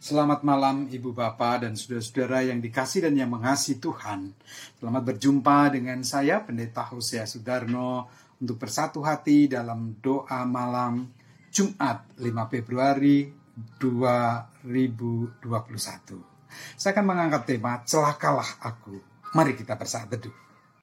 Selamat malam Ibu Bapak dan saudara-saudara yang dikasih dan yang mengasihi Tuhan. Selamat berjumpa dengan saya Pendeta Hosea Sudarno untuk bersatu hati dalam doa malam Jumat 5 Februari 2021. Saya akan mengangkat tema Celakalah Aku. Mari kita bersatu teduh.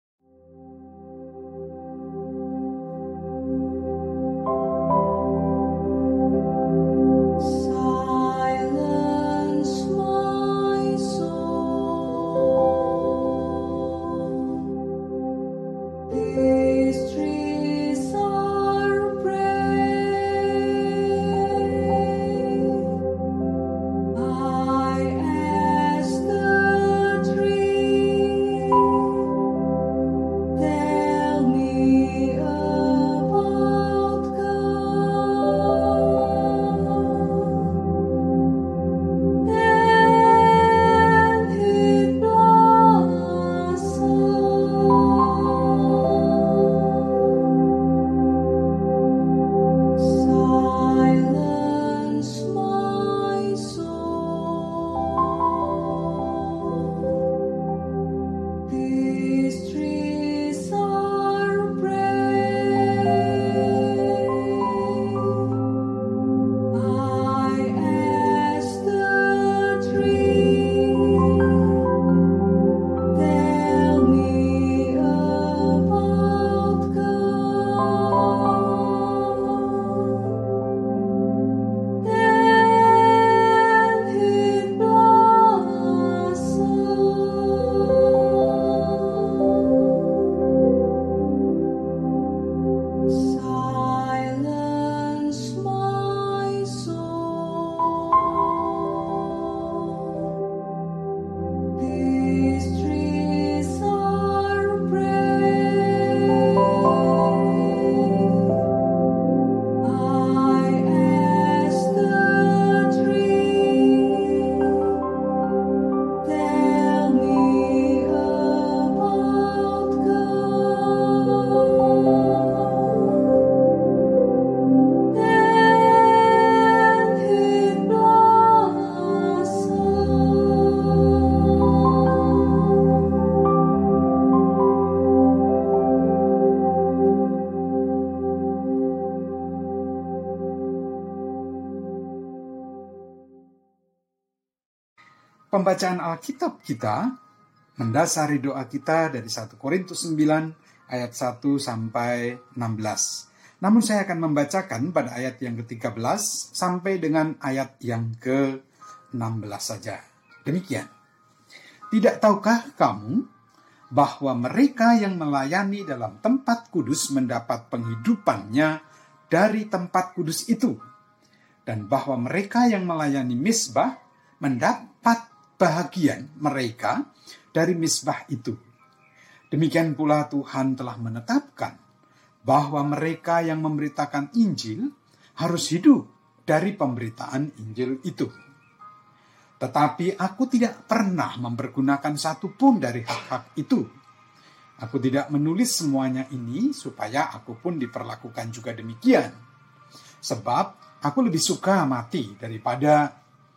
Pembacaan Alkitab kita mendasari doa kita dari 1 Korintus 9 ayat 1 sampai 16. Namun saya akan membacakan pada ayat yang ke-13 sampai dengan ayat yang ke-16 saja. Demikian. Tidak tahukah kamu bahwa mereka yang melayani dalam tempat kudus mendapat penghidupannya dari tempat kudus itu, dan bahwa mereka yang melayani misbah mendapat bahagian mereka dari misbah itu. Demikian pula Tuhan telah menetapkan bahwa mereka yang memberitakan Injil harus hidup dari pemberitaan Injil itu. Tetapi aku tidak pernah mempergunakan satu pun dari hak-hak itu. Aku tidak menulis semuanya ini supaya aku pun diperlakukan juga demikian. Sebab aku lebih suka mati daripada ...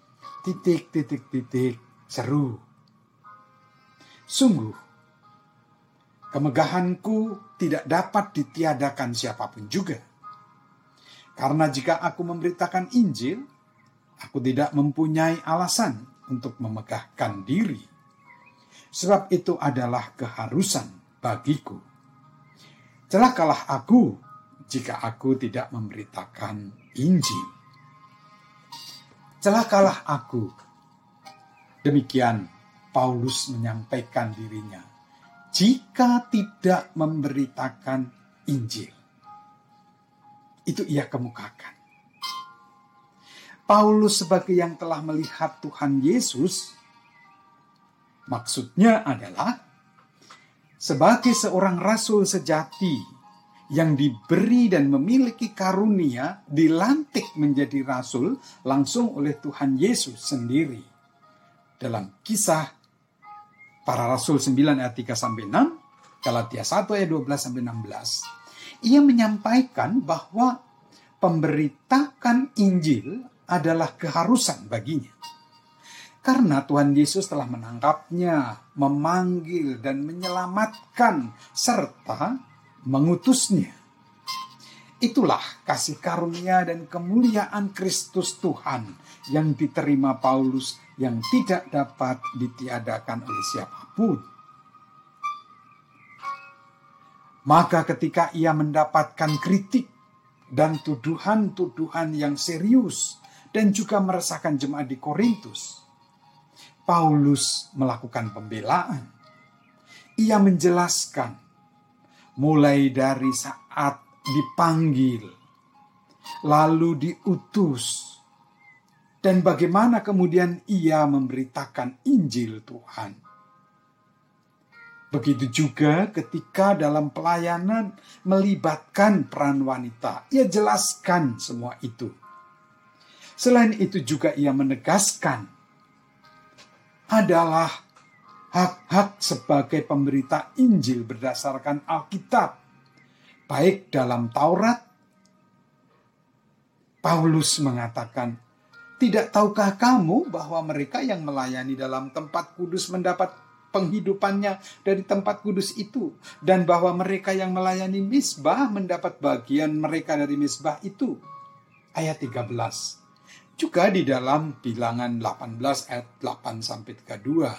seru. Sungguh, kemegahanku tidak dapat ditiadakan siapapun juga. Karena jika aku memberitakan Injil, aku tidak mempunyai alasan untuk memegahkan diri. Sebab itu adalah keharusan bagiku. Celakalah aku jika aku tidak memberitakan Injil. Celakalah aku. Demikian Paulus menyampaikan dirinya jika tidak memberitakan Injil. Itu ia kemukakan. Paulus sebagai yang telah melihat Tuhan Yesus, maksudnya adalah sebagai seorang rasul sejati yang diberi dan memiliki karunia dilantik menjadi rasul langsung oleh Tuhan Yesus sendiri. Dalam Kisah Para Rasul 9 ayat 3-6, Galatia 1 ayat 12-16, ia menyampaikan bahwa pemberitakan Injil adalah keharusan baginya. Karena Tuhan Yesus telah menangkapnya, memanggil dan menyelamatkan serta mengutusnya. Itulah kasih karunia dan kemuliaan Kristus Tuhan yang diterima Paulus yang tidak dapat ditiadakan oleh siapapun. Maka ketika ia mendapatkan kritik dan tuduhan-tuduhan yang serius dan juga meresahkan jemaat di Korintus, Paulus melakukan pembelaan. Ia menjelaskan mulai dari saat dipanggil, lalu diutus, dan bagaimana kemudian ia memberitakan Injil Tuhan. Begitu juga ketika dalam pelayanan melibatkan peran wanita, ia jelaskan semua itu. Selain itu juga ia menegaskan adalah hak-hak sebagai pemberita Injil berdasarkan Alkitab. Baik dalam Taurat, Paulus mengatakan, "Tidak tahukah kamu bahwa mereka yang melayani dalam tempat kudus mendapat penghidupannya dari tempat kudus itu, dan bahwa mereka yang melayani mezbah mendapat bagian mereka dari mezbah itu?" Ayat 13. Juga di dalam Bilangan 18 ayat 8-32.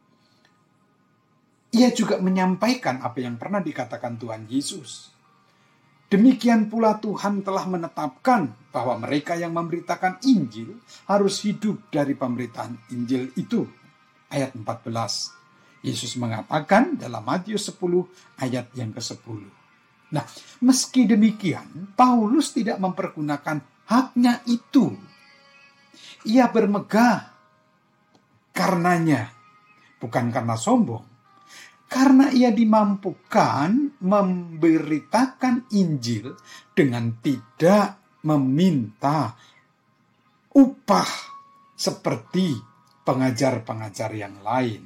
Ia juga menyampaikan apa yang pernah dikatakan Tuhan Yesus. Demikian pula Tuhan telah menetapkan bahwa mereka yang memberitakan Injil harus hidup dari pemberitaan Injil itu. Ayat 14. Yesus mengatakan dalam Matius 10 ayat yang ke-10. Nah, meski demikian, Paulus tidak mempergunakan haknya itu. Ia bermegah karenanya, bukan karena sombong. Karena ia dimampukan memberitakan Injil dengan tidak meminta upah seperti pengajar-pengajar yang lain.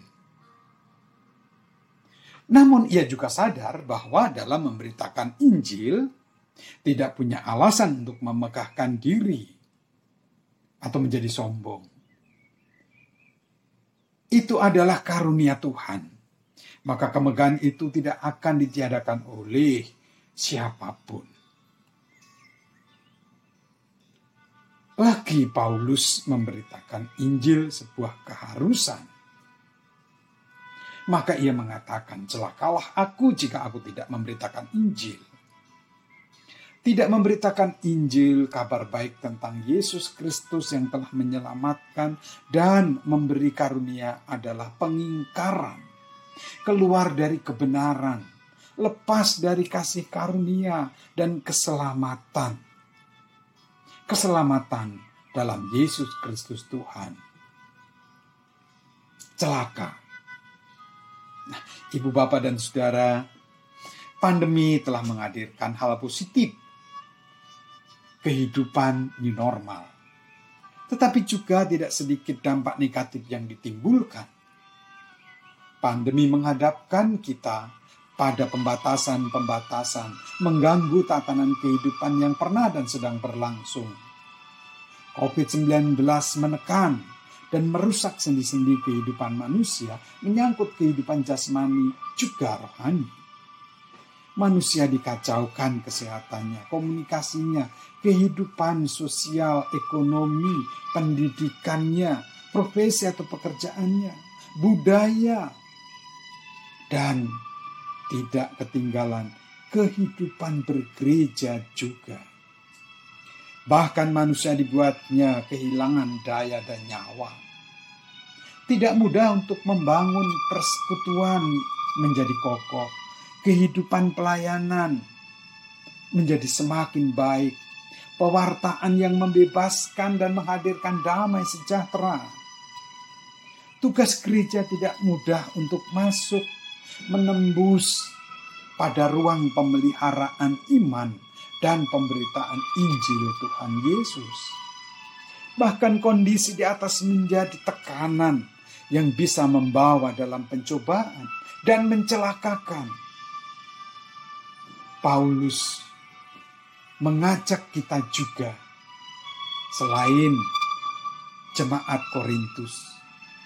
Namun ia juga sadar bahwa dalam memberitakan Injil tidak punya alasan untuk memegahkan diri atau menjadi sombong. Itu adalah karunia Tuhan. Maka kemegahan itu tidak akan ditiadakan oleh siapapun. Lagi Paulus memberitakan Injil sebuah keharusan. Maka ia mengatakan, "Celakalah aku jika aku tidak memberitakan Injil." Tidak memberitakan Injil, kabar baik tentang Yesus Kristus yang telah menyelamatkan dan memberi karunia adalah pengingkaran, keluar dari kebenaran, lepas dari kasih karunia dan keselamatan. Keselamatan dalam Yesus Kristus Tuhan. Celaka. Nah, Ibu, Bapak, dan Saudara, pandemi telah menghadirkan hal positif. Kehidupan new normal. Tetapi juga tidak sedikit dampak negatif yang ditimbulkan. Pandemi menghadapkan kita pada pembatasan-pembatasan, mengganggu tatanan kehidupan yang pernah dan sedang berlangsung. COVID-19 menekan dan merusak sendi-sendi kehidupan manusia, menyangkut kehidupan jasmani juga rohani. Manusia dikacaukan kesehatannya, komunikasinya, kehidupan sosial, ekonomi, pendidikannya, profesi atau pekerjaannya, budaya, dan tidak ketinggalan kehidupan bergereja juga. Bahkan manusia dibuatnya kehilangan daya dan nyawa. Tidak mudah untuk membangun persekutuan menjadi kokoh. Kehidupan pelayanan menjadi semakin baik. Pewartaan yang membebaskan dan menghadirkan damai sejahtera. Tugas gereja tidak mudah untuk masuk, menembus pada ruang pemeliharaan iman dan pemberitaan Injil Tuhan Yesus. Bahkan kondisi di atas menjadi tekanan yang bisa membawa dalam pencobaan dan mencelakakan. Paulus mengajak kita juga, selain jemaat Korintus,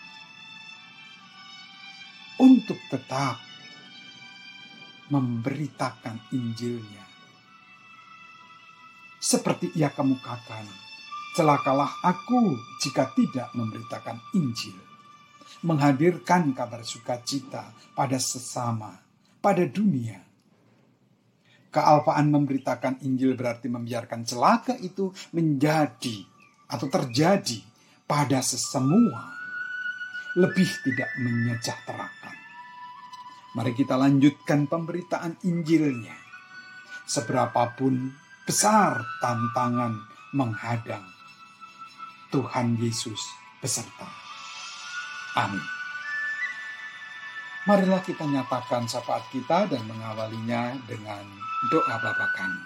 tetap memberitakan Injil-Nya. Seperti ia kemukakan, celakalah aku jika tidak memberitakan Injil. Menghadirkan kabar sukacita pada sesama, pada dunia. Kealpaan memberitakan Injil berarti membiarkan celaka itu menjadi atau terjadi pada sesemua. Lebih tidak menyejahterakan. Mari kita lanjutkan pemberitaan Injil-Nya. Seberapapun besar tantangan menghadang, Tuhan Yesus beserta. Amin. Marilah kita nyatakan syafaat kita dan mengawalinya dengan doa Bapa kami.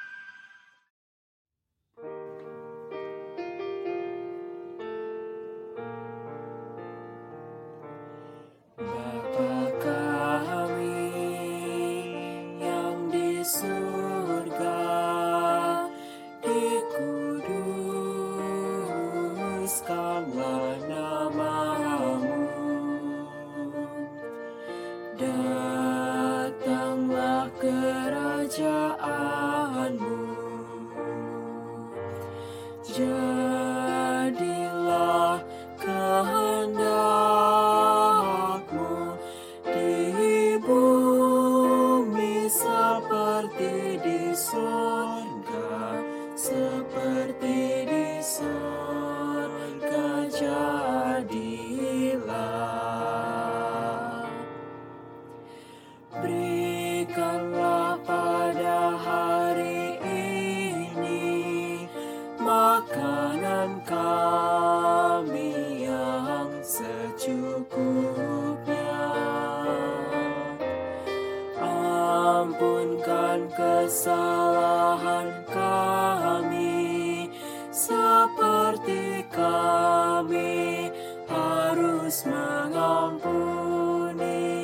Datanglah kerajaanmu, jadilah kehendakmu di bumi seperti di surga, seperti di surga jadilah. Berikanlah pada hari ini makanan kami yang secukupnya. Ampunkan kesalahan kami seperti kami harus mengampuni.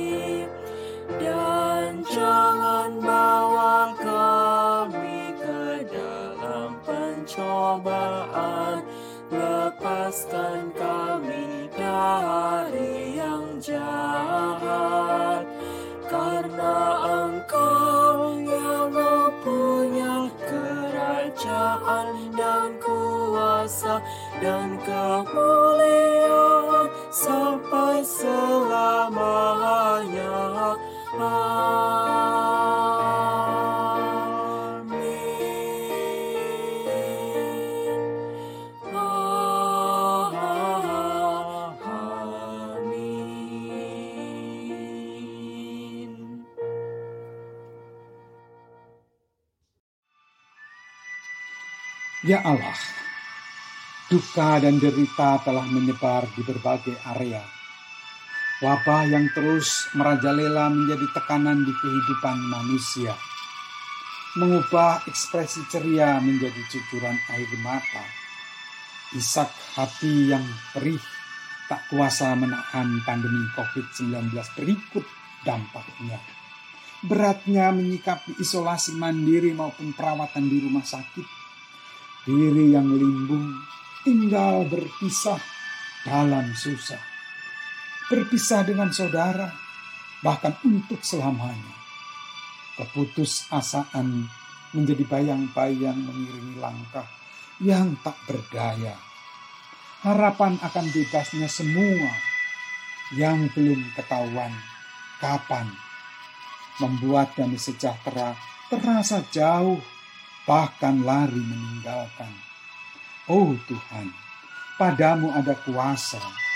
Dan jangan bawa kami ke dalam pencobaan, lepaskan kami dari yang jahat. Karena Engkau yang mempunyai kerajaan dan kuasa dan kemuliaan sampai selamanya. Ya Allah, duka dan derita telah menyebar di berbagai area. Wabah yang terus merajalela menjadi tekanan di kehidupan manusia. Mengubah ekspresi ceria menjadi cucuran air mata. Isak hati yang perih tak kuasa menahan pandemi COVID-19 berikut dampaknya. Beratnya menyikapi isolasi mandiri maupun perawatan di rumah sakit. Diri yang limbung, tinggal berpisah dalam susah. Berpisah dengan saudara, bahkan untuk selamanya. Keputusasaan menjadi bayang-bayang mengiringi langkah yang tak berdaya. Harapan akan bebasnya semua yang belum ketahuan kapan. Membuat damai sejahtera terasa jauh, bahkan lari meninggalkan. Oh Tuhan, padamu ada kuasa,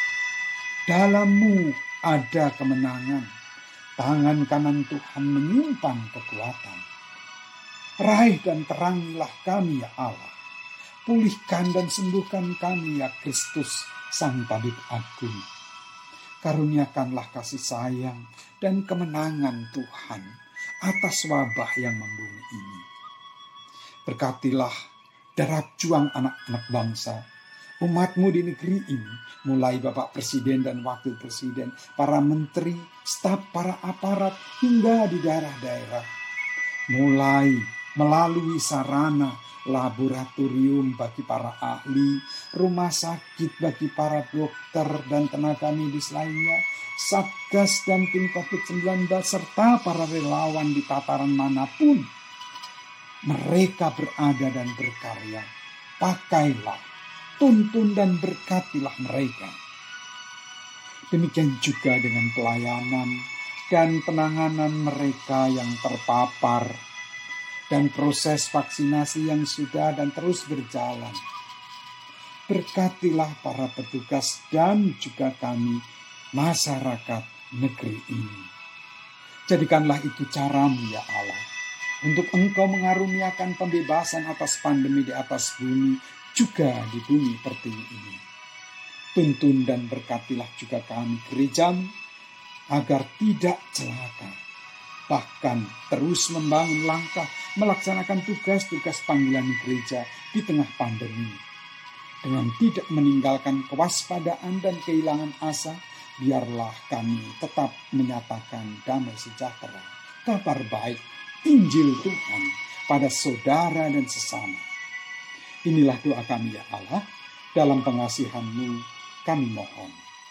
dalam-Mu ada kemenangan. Tangan kanan Tuhan menyimpan kekuatan. Raih dan terangilah kami ya Allah. Pulihkan dan sembuhkan kami ya Kristus, Sang Tabib Agung. Karuniakanlah kasih sayang dan kemenangan Tuhan atas wabah yang membumi ini. Berkatilah darah juang anak-anak bangsa, umat-Mu di negeri ini, mulai Bapak Presiden dan Wakil Presiden, para menteri, staf para aparat, hingga di daerah-daerah. Mulai melalui sarana laboratorium bagi para ahli, rumah sakit bagi para dokter dan tenaga medis lainnya, Satgas dan tim COVID-19 serta para relawan di tataran manapun mereka berada dan berkarya. Pakailah, tuntun dan berkatilah mereka. Demikian juga dengan pelayanan dan penanganan mereka yang terpapar dan proses vaksinasi yang sudah dan terus berjalan. Berkatilah para petugas dan juga kami, masyarakat negeri ini. Jadikanlah itu caramu ya Allah, untuk Engkau mengaruniakan pembebasan atas pandemi di atas bumi, juga di bumi pertiwi ini. Tuntun dan berkatilah juga kami gerejamu, agar tidak celaka, bahkan terus membangun langkah melaksanakan tugas-tugas panggilan gereja di tengah pandemi. Dengan tidak meninggalkan kewaspadaan dan kehilangan asa, biarlah kami tetap menyatakan damai sejahtera, kabar baik, Injil Tuhan pada saudara dan sesama. Inilah doa kami ya Allah, dalam pengasihan-Mu kami mohon.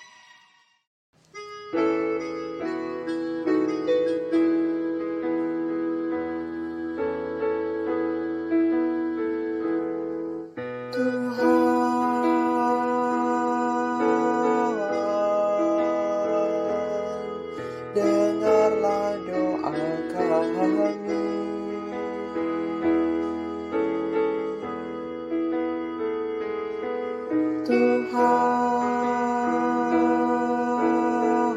Dengarlah doa kami. Tuhan,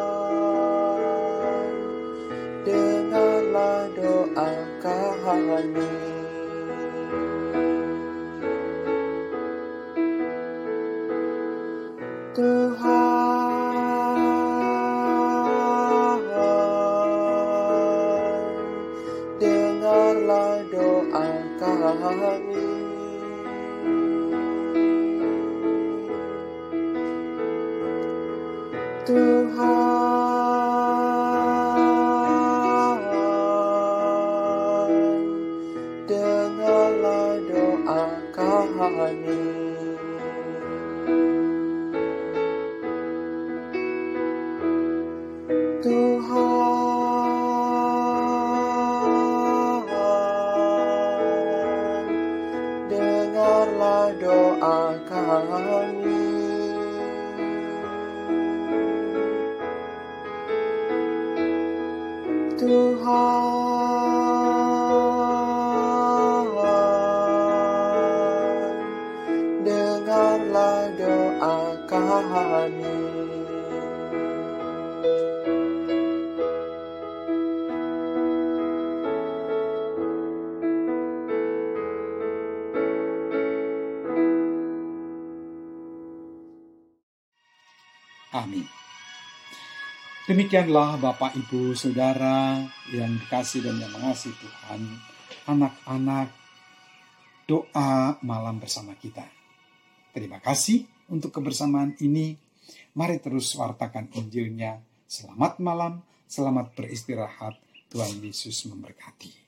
dengarlah doa kami. Tuhan, dengarlah doa kami. Tuhan, dengarlah doa kami. Tuhan, dengarlah doa kami. Tuhan, dengarlah doa kami. Amin. Demikianlah Bapak, Ibu, Saudara yang dikasihi dan yang mengasihi Tuhan, anak-anak, doa malam bersama kita. Terima kasih untuk kebersamaan ini. Mari terus wartakan Injilnya. Selamat malam, selamat beristirahat. Tuhan Yesus memberkati.